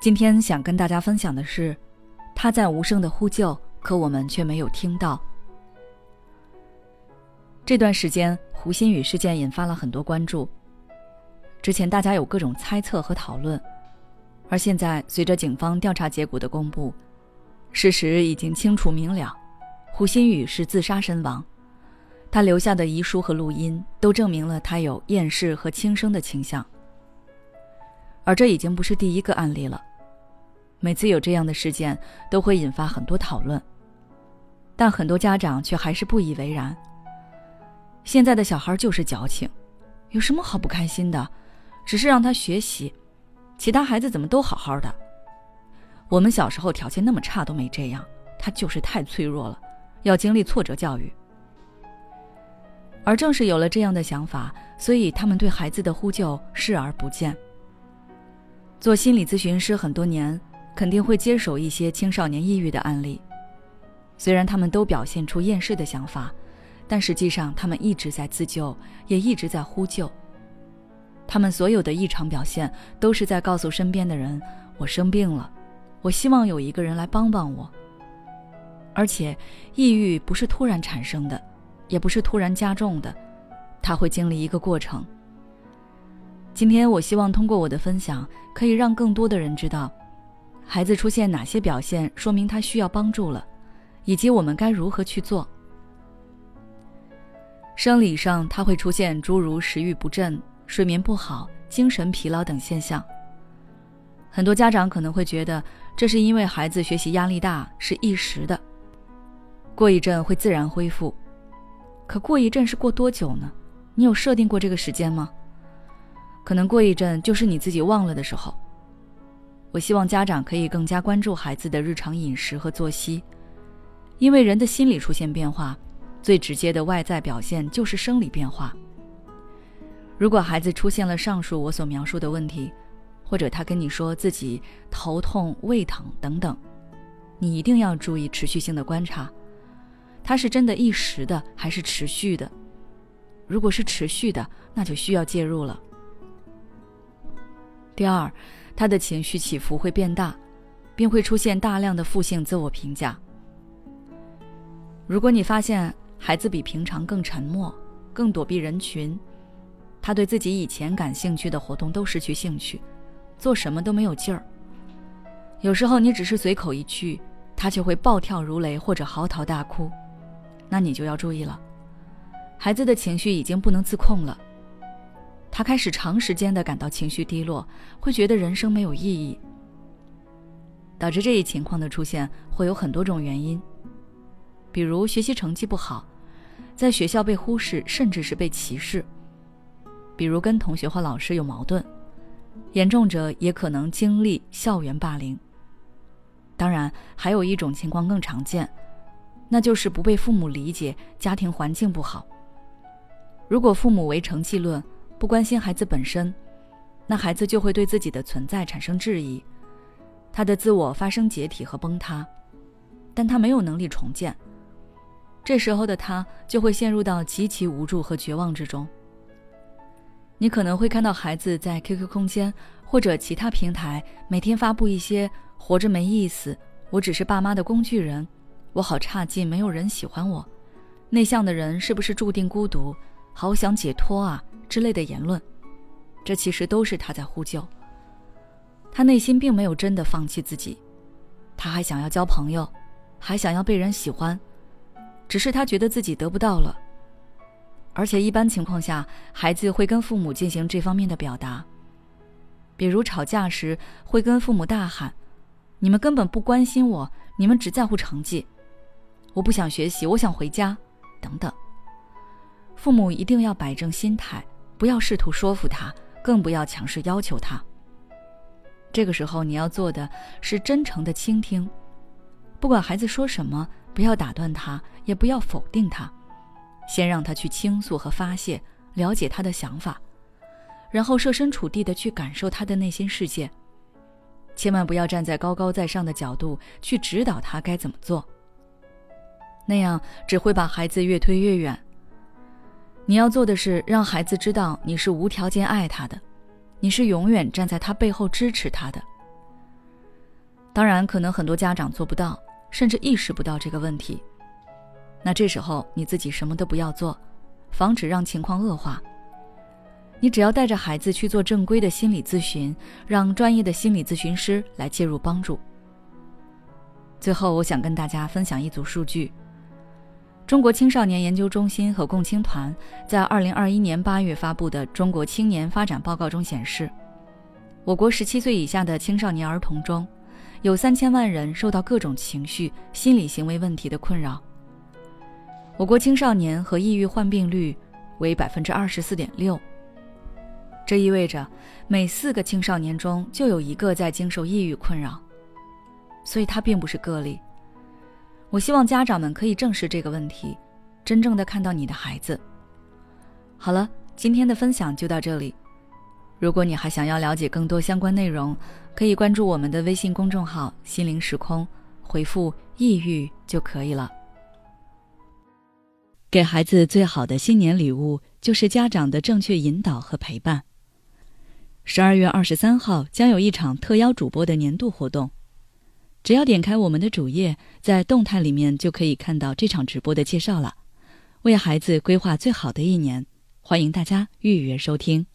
今天想跟大家分享的是，他在无声的呼救，可我们却没有听到。这段时间胡鑫宇事件引发了很多关注，之前大家有各种猜测和讨论，而现在随着警方调查结果的公布，事实已经清楚明了，胡鑫宇是自杀身亡。他留下的遗书和录音都证明了他有厌世和轻生的倾向，而这已经不是第一个案例了。每次有这样的事件都会引发很多讨论，但很多家长却还是不以为然。现在的小孩就是矫情，有什么好不开心的？只是让他学习，其他孩子怎么都好好的？我们小时候条件那么差都没这样，他就是太脆弱了，要经历挫折教育。而正是有了这样的想法，所以他们对孩子的呼救视而不见。做心理咨询师很多年，肯定会接手一些青少年抑郁的案例。虽然他们都表现出厌世的想法，但实际上他们一直在自救，也一直在呼救。他们所有的异常表现都是在告诉身边的人，我生病了，我希望有一个人来帮帮我。而且抑郁不是突然产生的，也不是突然加重的，它会经历一个过程。今天我希望通过我的分享，可以让更多的人知道孩子出现哪些表现说明他需要帮助了，以及我们该如何去做。生理上他会出现诸如食欲不振、睡眠不好、精神疲劳等现象。很多家长可能会觉得这是因为孩子学习压力大，是一时的，过一阵会自然恢复。可过一阵是过多久呢？你有设定过这个时间吗？可能过一阵就是你自己忘了的时候。我希望家长可以更加关注孩子的日常饮食和作息，因为人的心理出现变化，最直接的外在表现就是生理变化。如果孩子出现了上述我所描述的问题，或者他跟你说自己头痛、胃疼等等，你一定要注意持续性的观察，他是真的一时的还是持续的？如果是持续的，那就需要介入了。第二，他的情绪起伏会变大，并会出现大量的负性自我评价。如果你发现孩子比平常更沉默，更躲避人群，他对自己以前感兴趣的活动都失去兴趣，做什么都没有劲儿，有时候你只是随口一句，他就会暴跳如雷或者嚎啕大哭，那你就要注意了，孩子的情绪已经不能自控了。他开始长时间地感到情绪低落，会觉得人生没有意义。导致这一情况的出现会有很多种原因，比如学习成绩不好，在学校被忽视，甚至是被歧视；比如跟同学或老师有矛盾，严重者也可能经历校园霸凌。当然，还有一种情况更常见，那就是不被父母理解，家庭环境不好。如果父母唯成绩论，不关心孩子本身，那孩子就会对自己的存在产生质疑，他的自我发生解体和崩塌，但他没有能力重建。这时候的他就会陷入到极其无助和绝望之中。你可能会看到孩子在 QQ 空间或者其他平台每天发布一些活着没意思，我只是爸妈的工具人，我好差劲，没有人喜欢我，内向的人是不是注定孤独，好想解脱啊之类的言论。这其实都是他在呼救，他内心并没有真的放弃自己，他还想要交朋友，还想要被人喜欢，只是他觉得自己得不到了。而且一般情况下，孩子会跟父母进行这方面的表达，比如吵架时会跟父母大喊，你们根本不关心我，你们只在乎成绩，我不想学习，我想回家等等。父母一定要摆正心态，不要试图说服他，更不要强势要求他。这个时候你要做的是真诚的倾听，不管孩子说什么，不要打断他，也不要否定他，先让他去倾诉和发泄，了解他的想法，然后设身处地地去感受他的内心世界。千万不要站在高高在上的角度去指导他该怎么做，那样只会把孩子越推越远。你要做的是让孩子知道你是无条件爱他的，你是永远站在他背后支持他的。 当然，可能很多家长做不到，甚至意识不到这个问题。那这时候你自己什么都不要做，防止让情况恶化。你只要带着孩子去做正规的心理咨询，让专业的心理咨询师来介入帮助。最后，我想跟大家分享一组数据。中国青少年研究中心和共青团在2021年8月发布的《中国青年发展报告》中显示，我国17岁以下的青少年儿童中，有3000万人受到各种情绪、心理行为问题的困扰。我国青少年和抑郁患病率为 24.6%， 这意味着每4个青少年中就有1个在经受抑郁困扰，所以它并不是个例。我希望家长们可以正视这个问题，真正的看到你的孩子。好了，今天的分享就到这里。如果你还想要了解更多相关内容，可以关注我们的微信公众号“心灵时空”，回复“抑郁”就可以了。给孩子最好的新年礼物，就是家长的正确引导和陪伴。12月23号将有一场特邀主播的年度活动，只要点开我们的主页，在动态里面就可以看到这场直播的介绍了。为孩子规划最好的一年，欢迎大家预约收听。